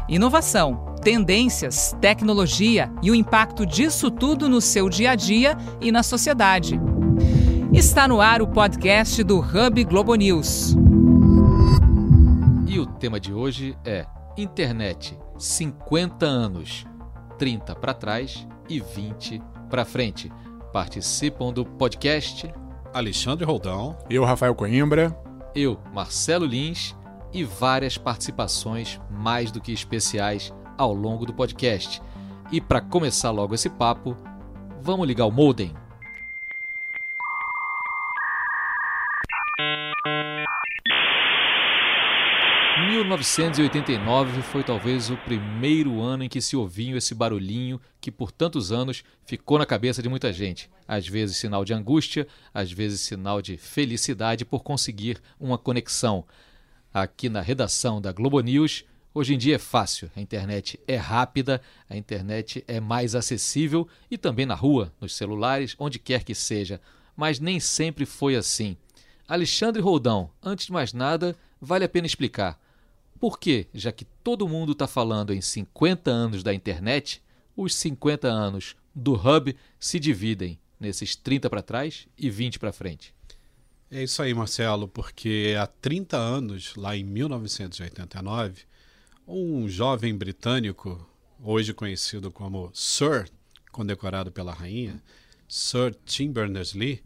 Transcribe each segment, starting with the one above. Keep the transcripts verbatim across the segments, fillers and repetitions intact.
Inovação, tendências, tecnologia e o impacto disso tudo no seu dia a dia e na sociedade. Está no ar o podcast do Hub Globo News. E o tema de hoje é Internet, cinquenta anos, trinta para trás e vinte para frente. Participam do podcast Alexandre Roldão, eu, Rafael Coimbra, eu, Marcelo Lins, e várias participações mais do que especiais ao longo do podcast. E para começar logo esse papo, vamos ligar o modem. mil novecentos e oitenta e nove foi talvez o primeiro ano em que se ouviu esse barulhinho que por tantos anos ficou na cabeça de muita gente. Às vezes sinal de angústia, às vezes sinal de felicidade por conseguir uma conexão. Aqui na redação da Globo News, hoje em dia é fácil, a internet é rápida, a internet é mais acessível e também na rua, nos celulares, onde quer que seja. Mas nem sempre foi assim. Alexandre Roldão, antes de mais nada, vale a pena explicar. Por que, já que todo mundo está falando em cinquenta anos da internet, os cinquenta anos do Hub se dividem nesses trinta para trás e vinte para frente? É isso aí, Marcelo, porque há trinta anos, lá em mil novecentos e oitenta e nove, um jovem britânico, hoje conhecido como Sir, condecorado pela rainha, Sir Tim Berners-Lee,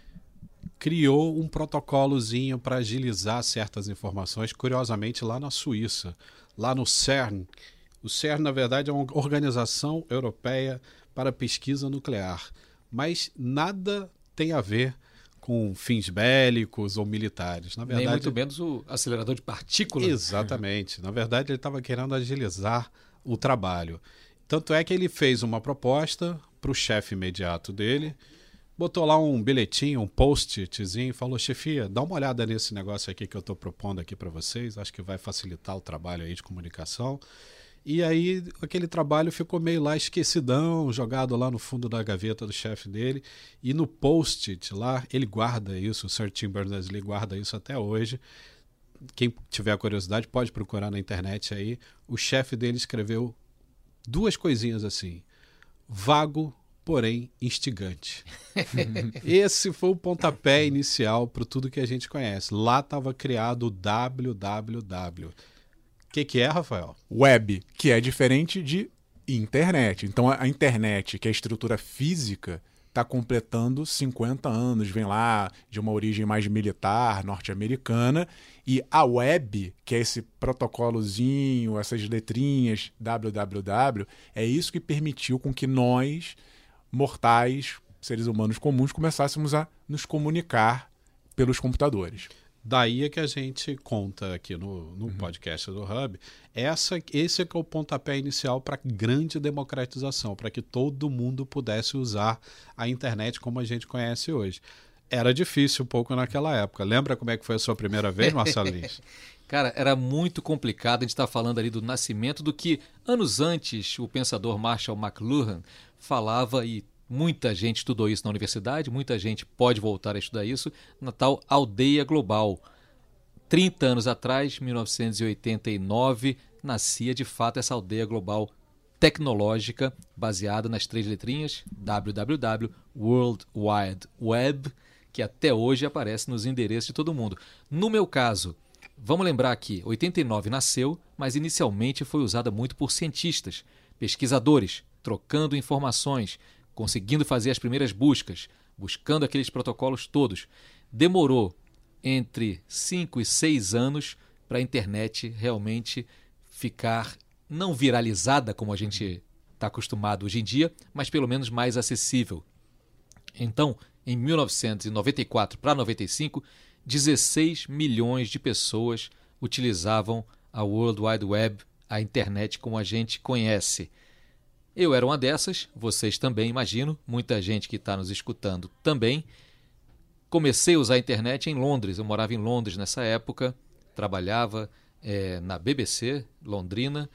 criou um protocolozinho para agilizar certas informações, curiosamente lá na Suíça, lá no CERN. O CERN, na verdade, é uma organização europeia para pesquisa nuclear, mas nada tem a ver com fins bélicos ou militares. Na verdade, nem muito menos o acelerador de partículas. Exatamente. Na verdade, ele estava querendo agilizar o trabalho. Tanto é que ele fez uma proposta para o chefe imediato dele, botou lá um bilhetinho, um post-itzinho e falou: chefia, dá uma olhada nesse negócio aqui que eu estou propondo aqui para vocês, acho que vai facilitar o trabalho aí de comunicação. E aí aquele trabalho ficou meio lá esquecidão, jogado lá no fundo da gaveta do chefe dele, e no post-it lá, ele guarda isso, o Sir Tim Berners-Lee guarda isso até hoje. Quem tiver curiosidade pode procurar na internet aí. O chefe dele escreveu duas coisinhas assim: vago, porém instigante. Esse foi o pontapé inicial para tudo que a gente conhece. Lá estava criado o W W W. O que, que é, Rafael? Web, que é diferente de internet. Então a internet, que é a estrutura física, está completando cinquenta anos, vem lá de uma origem mais militar, norte-americana, e a web, que é esse protocolozinho, essas letrinhas, W W W, é isso que permitiu com que nós, mortais, seres humanos comuns, começássemos a nos comunicar pelos computadores. Daí é que a gente conta aqui no, no uhum. podcast do Hub, essa, esse é que é o pontapé inicial para a grande democratização, para que todo mundo pudesse usar a internet como a gente conhece hoje. Era difícil um pouco naquela época. Lembra como é que foi a sua primeira vez, Marcelo Lins? Cara, era muito complicado. A gente está falando ali do nascimento do que anos antes o pensador Marshall McLuhan falava, e muita gente estudou isso na universidade, muita gente pode voltar a estudar isso, na tal aldeia global. trinta anos atrás, mil novecentos e oitenta e nove, nascia de fato essa aldeia global tecnológica, baseada nas três letrinhas W W W, World Wide Web, que até hoje aparece nos endereços de todo mundo. No meu caso, vamos lembrar que oitenta e nove nasceu, mas inicialmente foi usada muito por cientistas, pesquisadores, trocando informações, conseguindo fazer as primeiras buscas, buscando aqueles protocolos todos. Demorou entre cinco e seis anos para a internet realmente ficar não viralizada como a gente está acostumado hoje em dia, mas pelo menos mais acessível. Então, em mil novecentos e noventa e quatro para noventa e cinco, dezesseis milhões de pessoas utilizavam a World Wide Web, a internet como a gente conhece. Eu era uma dessas, vocês também, imagino, muita gente que está nos escutando também. Comecei a usar a internet em Londres, eu morava em Londres nessa época, trabalhava é, na B B C, Londrina,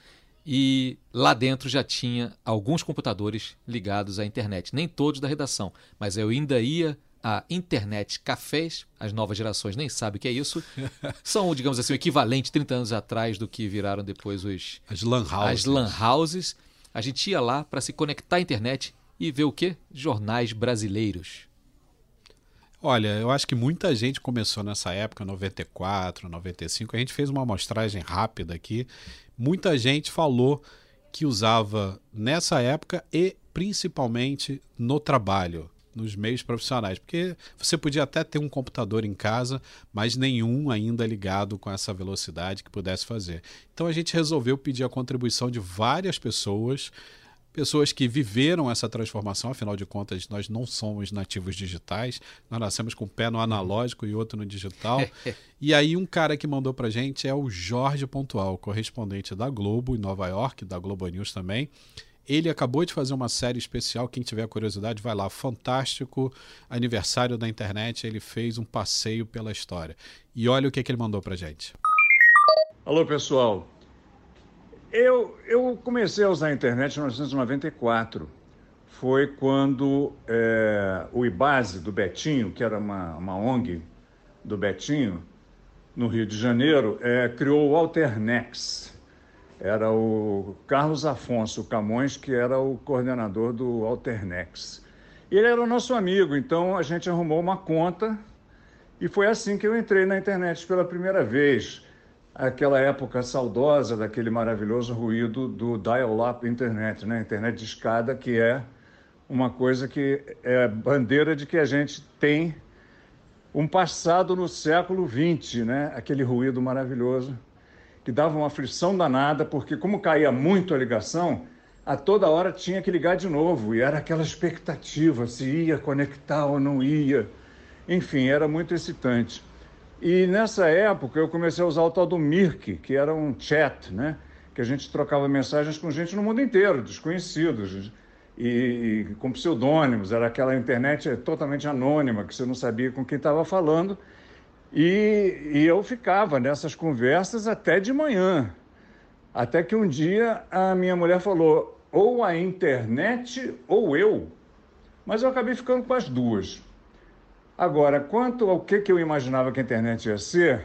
e lá dentro já tinha alguns computadores ligados à internet. Nem todos da redação, mas eu ainda ia a internet cafés. As novas gerações nem sabem o que é isso. São, digamos assim, o equivalente trinta anos atrás do que viraram depois os, as lan houses. As lan houses. A gente ia lá para se conectar à internet e ver o quê? Jornais brasileiros. Olha, eu acho que muita gente começou nessa época, noventa e quatro, noventa e cinco. A gente fez uma amostragem rápida aqui. Muita gente falou que usava nessa época e principalmente no trabalho, nos meios profissionais. Porque você podia até ter um computador em casa, mas nenhum ainda ligado com essa velocidade que pudesse fazer. Então a gente resolveu pedir a contribuição de várias pessoas, pessoas que viveram essa transformação. Afinal de contas, nós não somos nativos digitais, nós nascemos com um pé no analógico e outro no digital. E aí um cara que mandou pra gente é o Jorge Pontual, correspondente da Globo em Nova York, da Globo News também. Ele acabou de fazer uma série especial, quem tiver curiosidade vai lá, fantástico, aniversário da internet, ele fez um passeio pela história. E olha o que, que ele mandou pra gente. Alô, pessoal. Eu, eu comecei a usar a internet em mil novecentos e noventa e quatro. Foi quando é, o IBASE do Betinho, que era uma, uma O N G do Betinho, no Rio de Janeiro, é, criou o Alternex. Era o Carlos Afonso Camões, que era o coordenador do Alternex. Ele era o nosso amigo, então a gente arrumou uma conta e foi assim que eu entrei na internet pela primeira vez. Aquela época saudosa daquele maravilhoso ruído do dial-up internet, né? Internet de escada, que é uma coisa que é bandeira de que a gente tem um passado no século vinte, né? Aquele ruído maravilhoso que dava uma aflição danada, porque como caía muito a ligação, a toda hora tinha que ligar de novo, e era aquela expectativa, se ia conectar ou não ia. Enfim, era muito excitante. E nessa época eu comecei a usar o tal do Mirk, que era um chat, né? Que a gente trocava mensagens com gente no mundo inteiro, desconhecidos, e, e com pseudônimos. Era aquela internet totalmente anônima, que você não sabia com quem estava falando. E, e eu ficava nessas conversas até de manhã. Até que um dia a minha mulher falou, ou a internet ou eu. Mas eu acabei ficando com as duas. Agora, quanto ao que, que eu imaginava que a internet ia ser,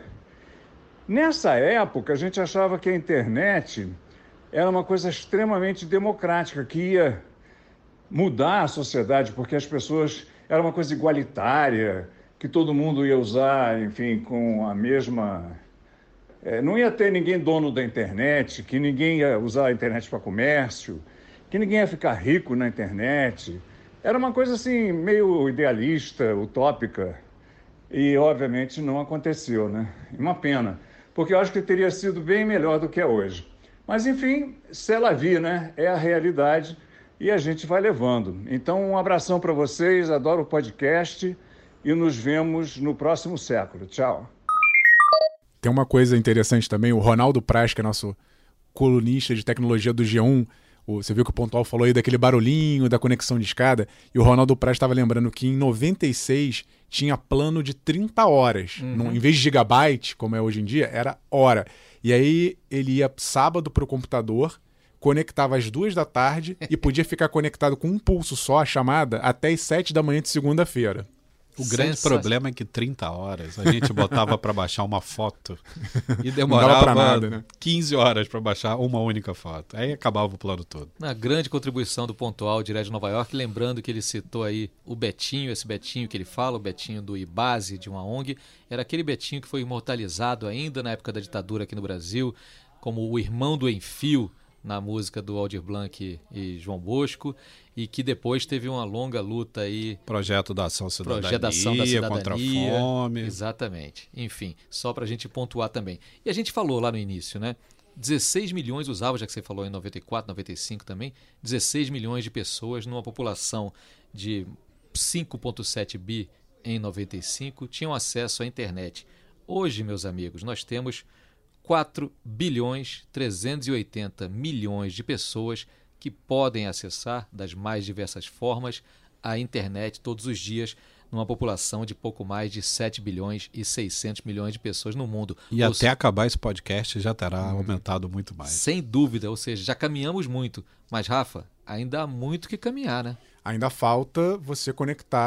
nessa época a gente achava que a internet era uma coisa extremamente democrática, que ia mudar a sociedade, porque as pessoas... Era uma coisa igualitária, que todo mundo ia usar, enfim, com a mesma... É, não ia ter ninguém dono da internet, que ninguém ia usar a internet para comércio, que ninguém ia ficar rico na internet. Era uma coisa assim, meio idealista, utópica, e obviamente não aconteceu, né? Uma pena, porque eu acho que teria sido bem melhor do que é hoje. Mas enfim, c'est la vie, né? É a realidade e a gente vai levando. Então um abração para vocês, adoro o podcast e nos vemos no próximo século. Tchau. Tem uma coisa interessante também, o Ronaldo Praz, que é nosso colunista de tecnologia do G um, o, você viu que o Pontual falou aí daquele barulhinho, da conexão de escada, e o Ronaldo Praz estava lembrando que em noventa e seis tinha plano de trinta horas. Uhum. Não, em vez de gigabyte, como é hoje em dia, era hora. E aí ele ia sábado para o computador, conectava às duas da tarde e podia ficar conectado com um pulso só, a chamada, até às sete da manhã de segunda-feira. O grande problema é que trinta horas a gente botava para baixar uma foto e demorava nada, né? quinze horas para baixar uma única foto. Aí acabava o plano todo. Na grande contribuição do Pontual direto de Nova York, lembrando que ele citou aí o Betinho, esse Betinho que ele fala, o Betinho do IBASE, de uma O N G, era aquele Betinho que foi imortalizado ainda na época da ditadura aqui no Brasil, como o irmão do Enfio, na música do Aldir Blanc e João Bosco, e que depois teve uma longa luta aí... Projeto da Ação Cidadania, Projeto da Ação da Cidadania, contra a fome. Exatamente. Enfim, só para a gente pontuar também. E a gente falou lá no início, né? dezesseis milhões usava, já que você falou em noventa e quatro, noventa e cinco também, dezesseis milhões de pessoas numa população de cinco vírgula sete bi em noventa e cinco tinham acesso à internet. Hoje, meus amigos, nós temos quatro bilhões trezentos e oitenta milhões de pessoas que podem acessar das mais diversas formas a internet todos os dias, numa população de pouco mais de sete bilhões e seiscentos milhões de pessoas no mundo. E ou até se... acabar esse podcast já terá hum, aumentado muito mais. Sem dúvida, ou seja, já caminhamos muito. Mas, Rafa, ainda há muito que caminhar, né? Ainda falta você conectar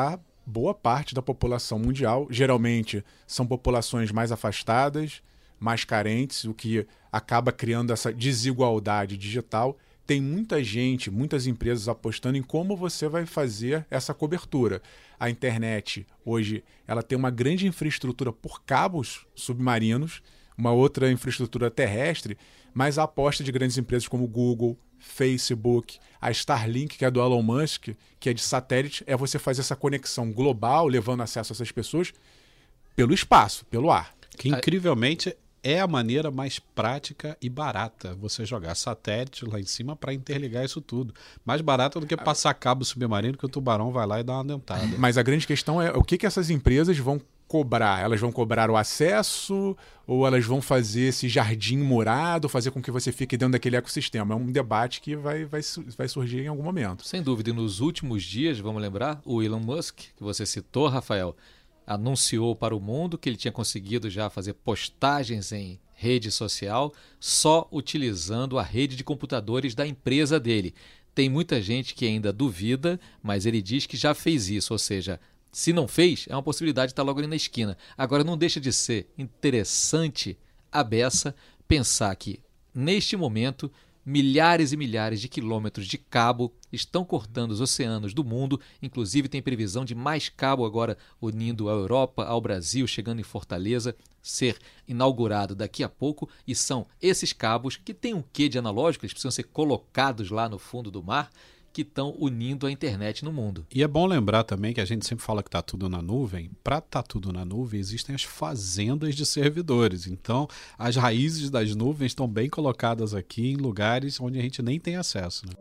boa parte da população mundial. Geralmente são populações mais afastadas, mais carentes, o que acaba criando essa desigualdade digital. Tem muita gente, muitas empresas apostando em como você vai fazer essa cobertura. A internet, hoje, ela tem uma grande infraestrutura por cabos submarinos, uma outra infraestrutura terrestre, mas a aposta de grandes empresas como Google, Facebook, a Starlink, que é do Elon Musk, que é de satélite, é você fazer essa conexão global, levando acesso a essas pessoas pelo espaço, pelo ar. Que incrivelmente é a maneira mais prática e barata você jogar satélite lá em cima para interligar isso tudo. Mais barato do que passar cabo submarino que o tubarão vai lá e dá uma dentada. Mas a grande questão é o que, que essas empresas vão cobrar? Elas vão cobrar o acesso ou elas vão fazer esse jardim morado, fazer com que você fique dentro daquele ecossistema? É um debate que vai, vai, vai surgir em algum momento. Sem dúvida. E nos últimos dias, vamos lembrar, o Elon Musk, que você citou, Rafael, anunciou para o mundo que ele tinha conseguido já fazer postagens em rede social só utilizando a rede de computadores da empresa dele. Tem muita gente que ainda duvida, mas ele diz que já fez isso, ou seja, se não fez, é uma possibilidade de estar logo ali na esquina. Agora, não deixa de ser interessante a beça pensar que, neste momento, milhares e milhares de quilômetros de cabo estão cortando os oceanos do mundo. Inclusive, tem previsão de mais cabo agora unindo a Europa ao Brasil, chegando em Fortaleza, ser inaugurado daqui a pouco. E são esses cabos que têm um quê de analógico, eles precisam ser colocados lá no fundo do mar, que estão unindo a internet no mundo. E é bom lembrar também que a gente sempre fala que está tudo na nuvem. Para estar tudo na nuvem, existem as fazendas de servidores. Então, as raízes das nuvens estão bem colocadas aqui em lugares onde a gente nem tem acesso, né?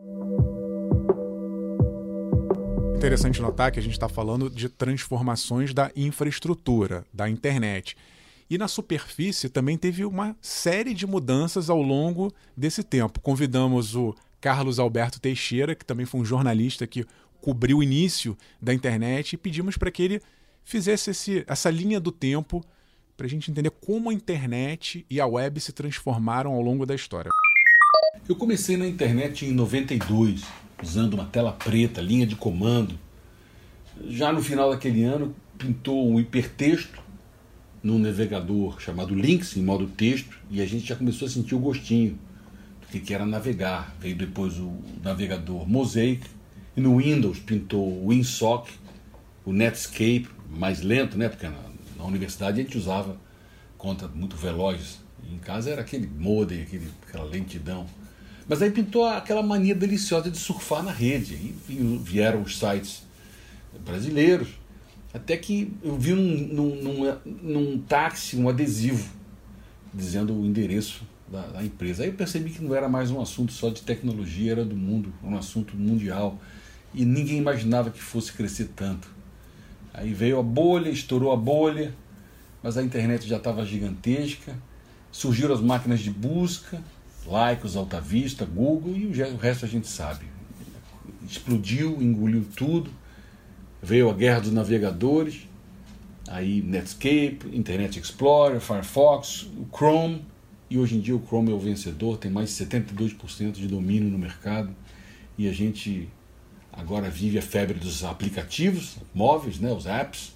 Interessante notar que a gente está falando de transformações da infraestrutura, da internet. E na superfície também teve uma série de mudanças ao longo desse tempo. Convidamos o Carlos Alberto Teixeira, que também foi um jornalista que cobriu o início da internet, e pedimos para que ele fizesse esse, essa linha do tempo para a gente entender como a internet e a web se transformaram ao longo da história. Eu comecei na internet em noventa e dois, usando uma tela preta, linha de comando. Já no final daquele ano, pintou um hipertexto num navegador chamado Lynx, em modo texto, e a gente já começou a sentir o gostinho do que era navegar. Veio depois o navegador Mosaic, e no Windows pintou o WinSock, o Netscape, mais lento, né? Porque na, na universidade a gente usava conta muito velozes. E em casa era aquele modem, aquele, aquela lentidão. Mas aí pintou aquela mania deliciosa de surfar na rede. E vieram os sites brasileiros. Até que eu vi num, num, num, num táxi um adesivo dizendo o endereço da, da empresa. Aí eu percebi que não era mais um assunto só de tecnologia, era do mundo, um assunto mundial. E ninguém imaginava que fosse crescer tanto. Aí veio a bolha, estourou a bolha, mas a internet já estava gigantesca. Surgiram as máquinas de busca, Lycos, Alta Vista, Google, e o resto a gente sabe. Explodiu, engoliu tudo. Veio a guerra dos navegadores, aí Netscape, Internet Explorer, Firefox, o Chrome, e hoje em dia o Chrome é o vencedor, tem mais de setenta e dois por cento de domínio no mercado, e a gente agora vive a febre dos aplicativos móveis, né, os apps,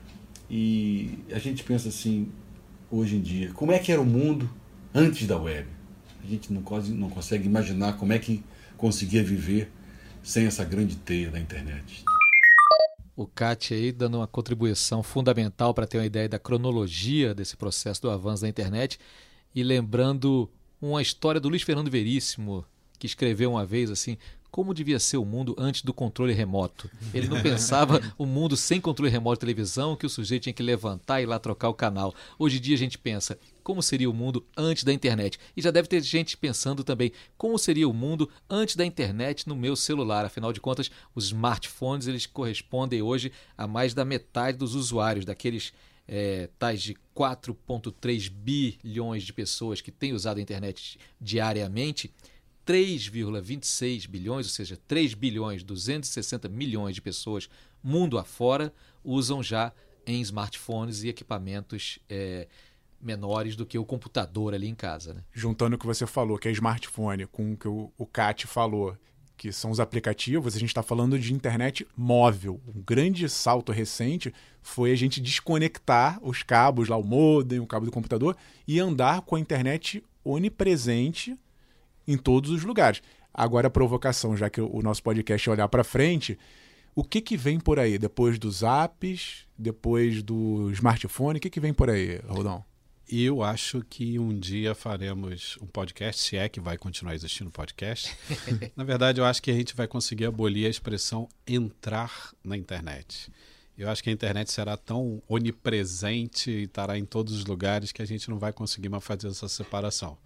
e a gente pensa assim, hoje em dia, como é que era o mundo antes da web? A gente não, quase, não consegue imaginar como é que conseguia viver sem essa grande teia da internet. O Cat aí dando uma contribuição fundamental para ter uma ideia da cronologia desse processo do avanço da internet, e lembrando uma história do Luiz Fernando Veríssimo, que escreveu uma vez assim, como devia ser o mundo antes do controle remoto. Ele não pensava o mundo sem controle remoto de televisão, que o sujeito tinha que levantar e ir lá trocar o canal. Hoje em dia a gente pensa, como seria o mundo antes da internet? E já deve ter gente pensando também, como seria o mundo antes da internet no meu celular? Afinal de contas, os smartphones eles correspondem hoje a mais da metade dos usuários, daqueles é, tais de quatro vírgula três bilhões de pessoas que têm usado a internet diariamente. três vírgula vinte e seis bilhões, ou seja, três bilhões duzentos e sessenta milhões de pessoas mundo afora usam já em smartphones e equipamentos é, menores do que o computador ali em casa, né? Juntando o que você falou, que é smartphone, com o que o, o Cat falou, que são os aplicativos, a gente está falando de internet móvel. Um grande salto recente foi a gente desconectar os cabos, lá o modem, o cabo do computador, e andar com a internet onipresente em todos os lugares. Agora a provocação, já que o nosso podcast é olhar para frente, o que, que vem por aí? Depois dos apps, depois do smartphone, o que, que vem por aí, Rodão? Eu acho que um dia faremos um podcast, se é que vai continuar existindo podcast. Na verdade, eu acho que a gente vai conseguir abolir a expressão entrar na internet. Eu acho que a internet será tão onipresente e estará em todos os lugares que a gente não vai conseguir mais fazer essa separação.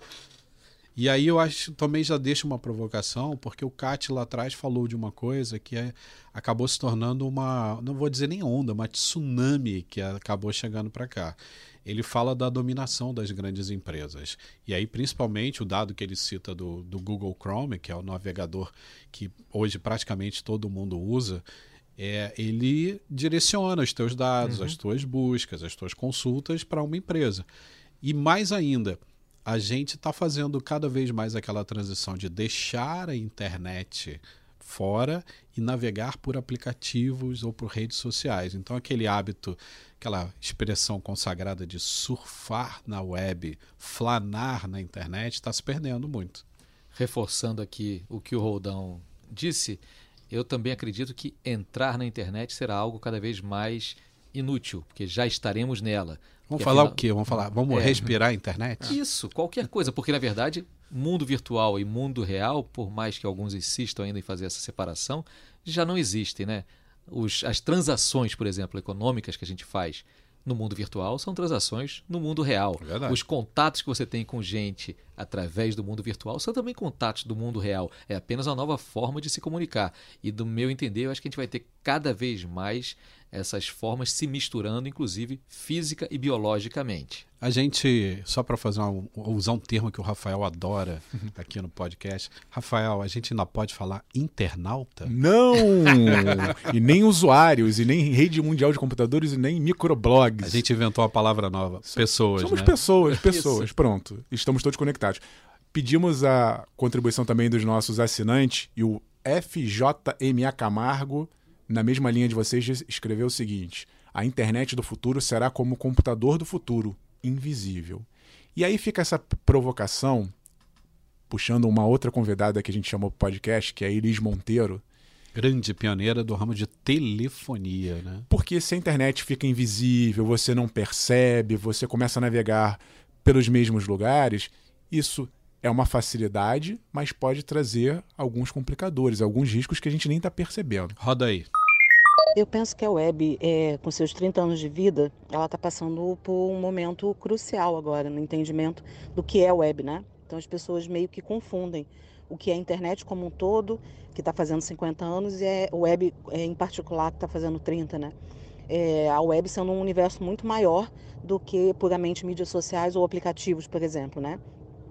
E aí eu acho também já deixa uma provocação, porque o Cat lá atrás falou de uma coisa que é, acabou se tornando uma, não vou dizer nem onda, uma tsunami que acabou chegando para cá. Ele fala da dominação das grandes empresas. E aí, principalmente, o dado que ele cita do, do Google Chrome, que é o navegador que hoje praticamente todo mundo usa, é, ele direciona os teus dados, uhum. as tuas buscas, as tuas consultas para uma empresa. E mais ainda, a gente está fazendo cada vez mais aquela transição de deixar a internet fora e navegar por aplicativos ou por redes sociais. Então aquele hábito, aquela expressão consagrada de surfar na web, flanar na internet, está se perdendo muito. Reforçando aqui o que o Roldão disse, eu também acredito que entrar na internet será algo cada vez mais inútil, porque já estaremos nela. Vamos falar afinal... o quê? Vamos falar, vamos é. respirar a internet? Isso, qualquer coisa, porque na verdade mundo virtual e mundo real, por mais que alguns insistam ainda em fazer essa separação, já não existem, né? Os, as transações, por exemplo, econômicas que a gente faz no mundo virtual são transações no mundo real. Verdade. Os contatos que você tem com gente através do mundo virtual são também contatos do mundo real. É apenas uma nova forma de se comunicar. E do meu entender, eu acho que a gente vai ter cada vez mais essas formas se misturando, inclusive física e biologicamente. A gente, só para fazer uma, usar um termo que o Rafael adora aqui no podcast, Rafael, a gente ainda pode falar internauta? Não! E nem usuários, e nem rede mundial de computadores, e nem microblogs. A gente inventou uma palavra nova, pessoas, Somos né? pessoas, pessoas, Isso. Pronto. Estamos todos conectados. Pedimos a contribuição também dos nossos assinantes, e o F J M A Camargo, na mesma linha de vocês, escreveu o seguinte: a internet do futuro será como o computador do futuro, invisível. E aí fica essa provocação, puxando uma outra convidada que a gente chamou para o podcast, que é a Elis Monteiro. Grande pioneira do ramo de telefonia, né? Porque se a internet fica invisível, você não percebe, você começa a navegar pelos mesmos lugares, isso é uma facilidade, mas pode trazer alguns complicadores, alguns riscos que a gente nem está percebendo. Roda aí. Eu penso que a web, é, com seus trinta anos de vida, ela está passando por um momento crucial agora no entendimento do que é a web, né? Então as pessoas meio que confundem o que é a internet como um todo, que está fazendo cinquenta anos, e é a web é, em particular que está fazendo trinta, né? É, a web sendo um universo muito maior do que puramente mídias sociais ou aplicativos, por exemplo, né?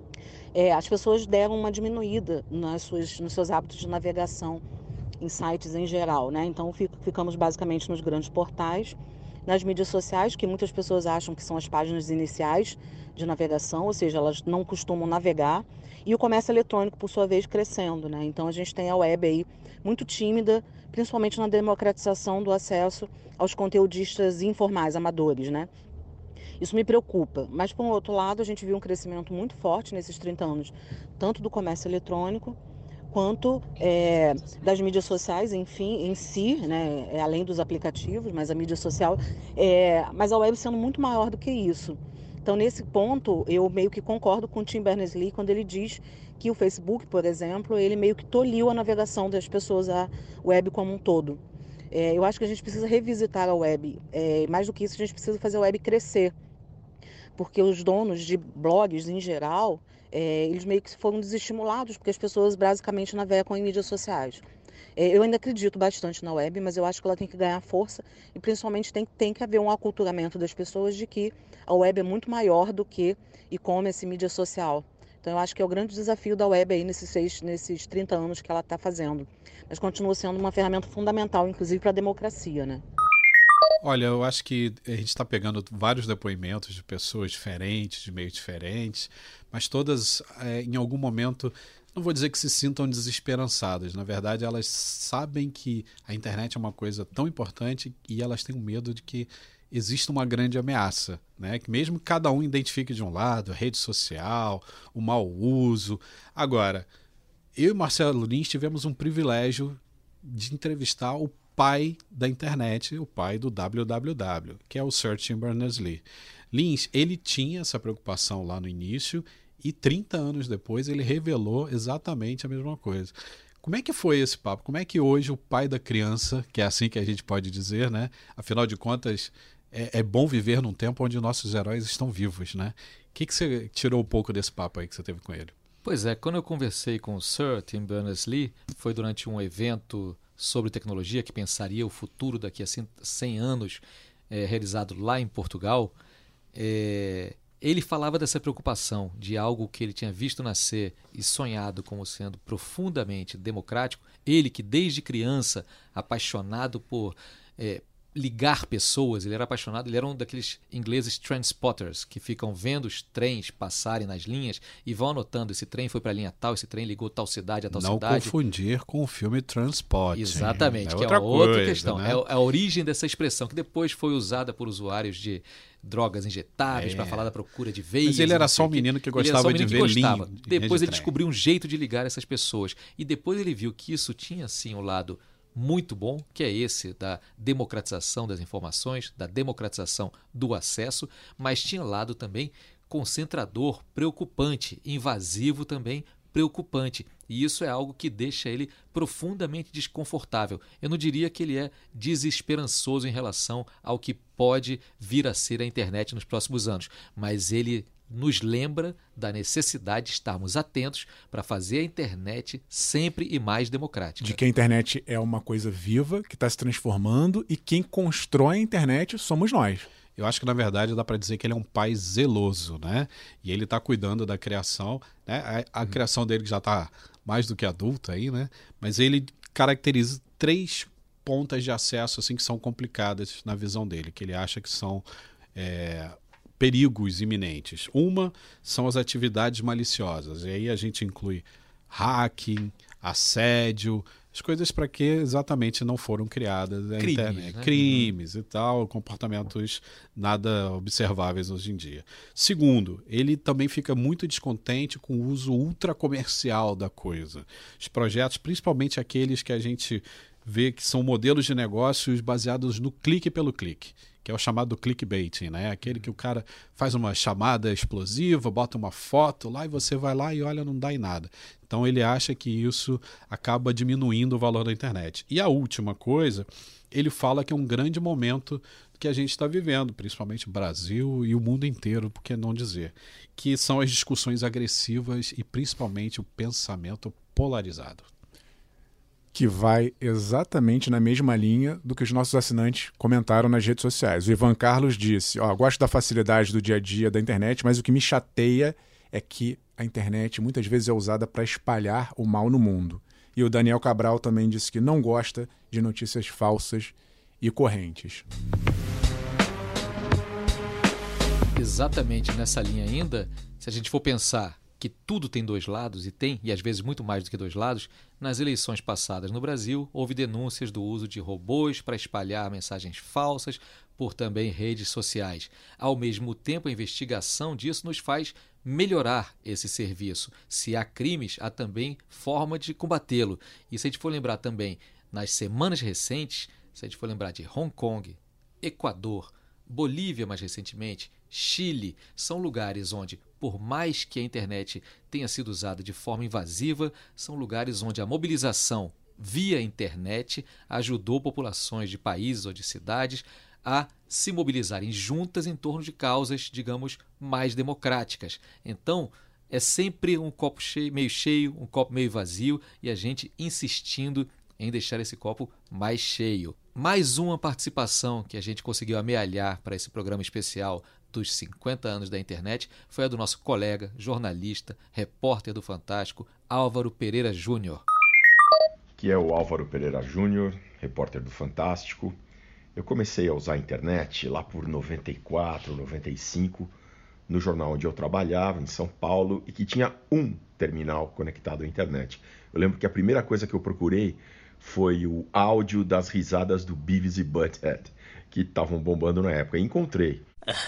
É, as pessoas deram uma diminuída nas suas, nos seus hábitos de navegação em sites em geral, né? Então ficamos basicamente nos grandes portais, nas mídias sociais, que muitas pessoas acham que são as páginas iniciais de navegação, ou seja, elas não costumam navegar, e o comércio eletrônico, por sua vez, crescendo, né? Então a gente tem a web aí muito tímida, principalmente na democratização do acesso aos conteudistas informais, amadores, né? Isso me preocupa, mas por um outro lado a gente viu um crescimento muito forte nesses trinta anos, tanto do comércio eletrônico, quanto é, das mídias sociais, enfim, em si, né, é, além dos aplicativos, mas a mídia social, é, mas a web sendo muito maior do que isso. Então, nesse ponto, eu meio que concordo com o Tim Berners-Lee quando ele diz que o Facebook, por exemplo, ele meio que tolhiu a navegação das pessoas à web como um todo. É, eu acho que a gente precisa revisitar a web. É, mais do que isso, a gente precisa fazer a web crescer. Porque os donos de blogs, em geral, é, eles meio que foram desestimulados, porque as pessoas basicamente navegam em mídias sociais. É, eu ainda acredito bastante na web, mas eu acho que ela tem que ganhar força e principalmente tem, tem que haver um aculturamento das pessoas de que a web é muito maior do que e-commerce e mídia social. Então eu acho que é o grande desafio da web aí nesses, seis, nesses trinta anos que ela está fazendo. Mas continua sendo uma ferramenta fundamental, inclusive para a democracia, né? Olha, eu acho que a gente está pegando vários depoimentos de pessoas diferentes, de meios diferentes, mas todas, é, em algum momento, não vou dizer que se sintam desesperançadas. Na verdade, elas sabem que a internet é uma coisa tão importante e elas têm um medo de que existe uma grande ameaça, né? Que mesmo que cada um identifique de um lado, a rede social, o mau uso. Agora, eu e Marcelo Lins tivemos um privilégio de entrevistar o pai da internet, o pai do W W W, que é o Sir Tim Berners-Lee. Lins, ele tinha essa preocupação lá no início e trinta anos depois ele revelou exatamente a mesma coisa. Como é que foi esse papo? Como é que hoje o pai da criança, que é assim que a gente pode dizer, né? Afinal de contas, é, é bom viver num tempo onde nossos heróis estão vivos, né? O que, que você tirou um pouco desse papo aí que você teve com ele? Pois é, quando eu conversei com o Sir Tim Berners-Lee, foi durante um evento sobre tecnologia que pensaria o futuro daqui a cem anos, é, realizado lá em Portugal. É, ele falava dessa preocupação de algo que ele tinha visto nascer e sonhado como sendo profundamente democrático. Ele que desde criança, apaixonado por é, ligar pessoas, ele era apaixonado, ele era um daqueles ingleses transporters que ficam vendo os trens passarem nas linhas e vão anotando, esse trem foi para a linha tal, esse trem ligou tal cidade a tal Não cidade. Não confundir com o filme Transporte. Exatamente, é que outra é uma outra coisa, questão. Né? É a origem dessa expressão, que depois foi usada por usuários de drogas injetáveis é. para falar da procura de veias. Mas ele era só um menino que gostava um menino de ver linha. Depois ele descobriu um jeito de ligar essas pessoas. E depois ele viu que isso tinha, sim, um lado muito bom, que é esse da democratização das informações, da democratização do acesso, mas tinha lado também concentrador, preocupante, invasivo também, preocupante. E isso é algo que deixa ele profundamente desconfortável. Eu não diria que ele é desesperançoso em relação ao que pode vir a ser a internet nos próximos anos, mas ele nos lembra da necessidade de estarmos atentos para fazer a internet sempre e mais democrática. De que a internet é uma coisa viva, que está se transformando, e quem constrói a internet somos nós. Eu acho que, na verdade, dá para dizer que ele é um pai zeloso, né? E ele está cuidando da criação, né? A, a hum. criação dele já está mais do que adulta aí, né? Mas ele caracteriza três pontas de acesso assim que são complicadas na visão dele, que ele acha que são é, perigos iminentes. Uma são as atividades maliciosas, e aí a gente inclui hacking, assédio, as coisas para que exatamente não foram criadas na Crimes, internet. Né? Crimes e tal, comportamentos nada observáveis hoje em dia. Segundo, ele também fica muito descontente com o uso ultra comercial da coisa. Os projetos, principalmente aqueles que a gente vê que são modelos de negócios baseados no clique pelo clique, que é o chamado clickbaiting, né? Aquele que o cara faz uma chamada explosiva, bota uma foto lá e você vai lá e olha, não dá em nada. Então ele acha que isso acaba diminuindo o valor da internet. E a última coisa, ele fala que é um grande momento que a gente está vivendo, principalmente o Brasil e o mundo inteiro, por que não dizer, que são as discussões agressivas e principalmente o pensamento polarizado. Que vai exatamente na mesma linha do que os nossos assinantes comentaram nas redes sociais. O Ivan Carlos disse, ó, gosto da facilidade do dia a dia da internet, mas o que me chateia é que a internet muitas vezes é usada para espalhar o mal no mundo. E o Daniel Cabral também disse que não gosta de notícias falsas e correntes. Exatamente nessa linha ainda, se a gente for pensar que tudo tem dois lados, e tem, e às vezes muito mais do que dois lados, nas eleições passadas no Brasil, houve denúncias do uso de robôs para espalhar mensagens falsas por também redes sociais. Ao mesmo tempo, a investigação disso nos faz melhorar esse serviço. Se há crimes, há também forma de combatê-lo. E se a gente for lembrar também, nas semanas recentes, se a gente for lembrar de Hong Kong, Equador, Bolívia mais recentemente, Chile, são lugares onde, por mais que a internet tenha sido usada de forma invasiva, são lugares onde a mobilização via internet ajudou populações de países ou de cidades a se mobilizarem juntas em torno de causas, digamos, mais democráticas. Então, é sempre um copo cheio, meio cheio, um copo meio vazio, e a gente insistindo em deixar esse copo mais cheio. Mais uma participação que a gente conseguiu amealhar para esse programa especial dos cinquenta anos da internet foi a do nosso colega, jornalista, repórter do Fantástico, Álvaro Pereira Júnior. Que é o Álvaro Pereira Júnior, repórter do Fantástico. Eu comecei a usar a internet lá por noventa e quatro, noventa e cinco, no jornal onde eu trabalhava, em São Paulo, e que tinha um terminal conectado à internet. Eu lembro que a primeira coisa que eu procurei foi o áudio das risadas do Beavis e Butthead, que estavam bombando na época. E encontrei.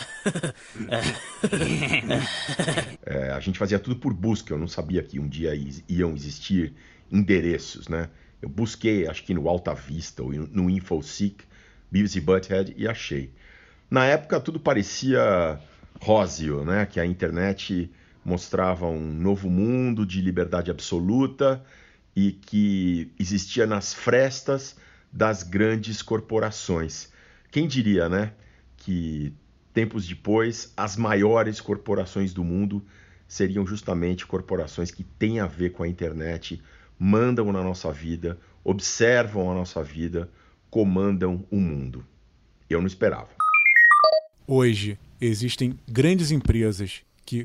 É, a gente fazia tudo por busca, eu não sabia que um dia iam existir endereços, né? Eu busquei, acho que no Alta Vista ou no InfoSeek, Beavis e Butthead, e achei. Na época tudo parecia róseo, né? Que a internet mostrava um novo mundo de liberdade absoluta e que existia nas frestas das grandes corporações. Quem diria, né? Que tempos depois, as maiores corporações do mundo seriam justamente corporações que têm a ver com a internet, mandam na nossa vida, observam a nossa vida, comandam o mundo. Eu não esperava. Hoje, existem grandes empresas que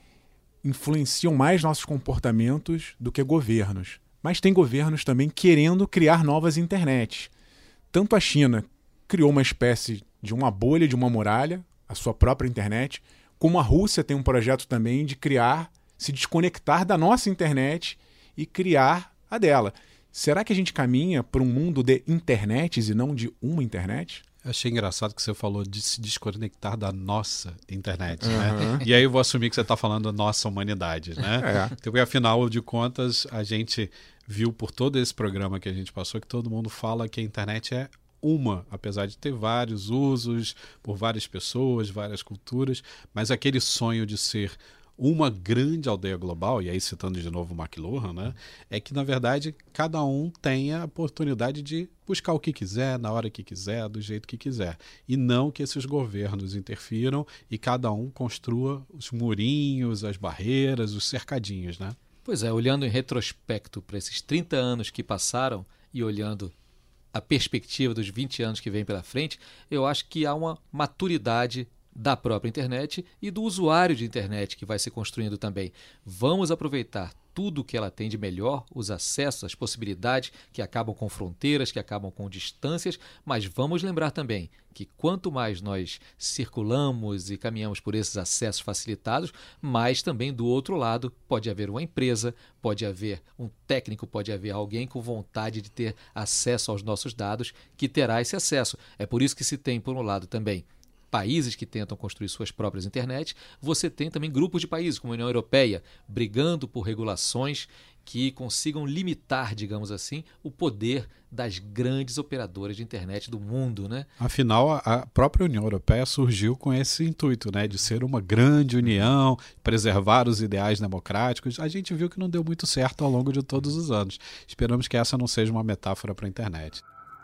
influenciam mais nossos comportamentos do que governos. Mas tem governos também querendo criar novas internets. Tanto a China criou uma espécie de uma bolha, de uma muralha, a sua própria internet, como a Rússia tem um projeto também de criar, se desconectar da nossa internet e criar a dela. Será que a gente caminha para um mundo de internets e não de uma internet? Eu achei engraçado que você falou de se desconectar da nossa internet, Uhum. né? E aí eu vou assumir que você está falando da nossa humanidade, né? É. Porque afinal de contas, a gente viu por todo esse programa que a gente passou que todo mundo fala que a internet é uma, apesar de ter vários usos por várias pessoas, várias culturas, mas aquele sonho de ser uma grande aldeia global, e aí citando de novo o McLuhan, né, é que na verdade cada um tem a oportunidade de buscar o que quiser, na hora que quiser, do jeito que quiser, e não que esses governos interfiram e cada um construa os murinhos, as barreiras, os cercadinhos, né? Pois é, olhando em retrospecto para esses trinta anos que passaram e olhando a perspectiva dos vinte anos que vem pela frente, eu acho que há uma maturidade da própria internet e do usuário de internet que vai se construindo também. Vamos aproveitar tudo que ela tem de melhor, os acessos, as possibilidades que acabam com fronteiras, que acabam com distâncias, mas vamos lembrar também que quanto mais nós circulamos e caminhamos por esses acessos facilitados, mais também do outro lado pode haver uma empresa, pode haver um técnico, pode haver alguém com vontade de ter acesso aos nossos dados que terá esse acesso. É por isso que se tem, por um lado, também países que tentam construir suas próprias internet, você tem também grupos de países, como a União Europeia, brigando por regulações que consigam limitar, digamos assim, o poder das grandes operadoras de internet do mundo, né? Afinal, a própria União Europeia surgiu com esse intuito, né, de ser uma grande união, preservar os ideais democráticos. A gente viu que não deu muito certo ao longo de todos os anos. Esperamos que essa não seja uma metáfora para a internet.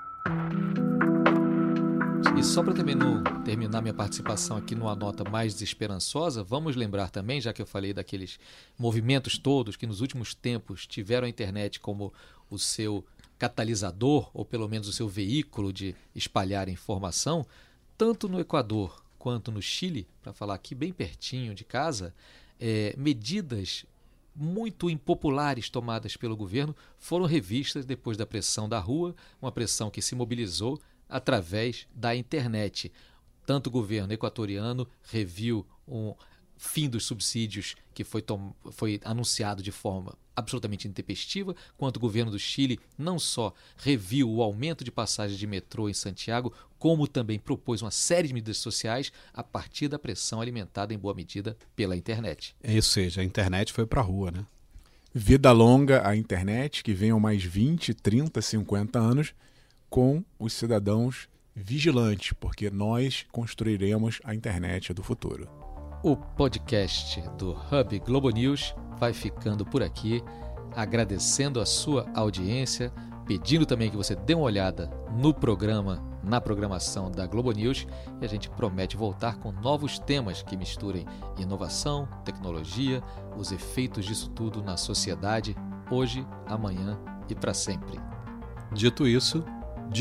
E só para também não terminar minha participação aqui numa nota mais desesperançosa, vamos lembrar também, já que eu falei daqueles movimentos todos que nos últimos tempos tiveram a internet como o seu catalisador, ou pelo menos o seu veículo de espalhar informação, tanto no Equador quanto no Chile, para falar aqui bem pertinho de casa, é, medidas muito impopulares tomadas pelo governo foram revistas depois da pressão da rua, uma pressão que se mobilizou através da internet. Tanto o governo equatoriano reviu um fim dos subsídios que foi, tom- foi anunciado de forma absolutamente intempestiva, quanto o governo do Chile não só reviu o aumento de passagens de metrô em Santiago, como também propôs uma série de medidas sociais a partir da pressão alimentada em boa medida pela internet. Ou seja, a internet foi para a rua, né? Vida longa à internet, que venham mais vinte, trinta, cinquenta anos, com os cidadãos vigilantes, porque nós construiremos a internet do futuro. O podcast do Hub Globo News vai ficando por aqui, agradecendo a sua audiência, pedindo também que você dê uma olhada no programa, na programação da Globo News, e a gente promete voltar com novos temas que misturem inovação, tecnologia, os efeitos disso tudo na sociedade, hoje, amanhã e para sempre. Dito isso,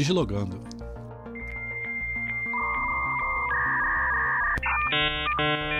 deslogando.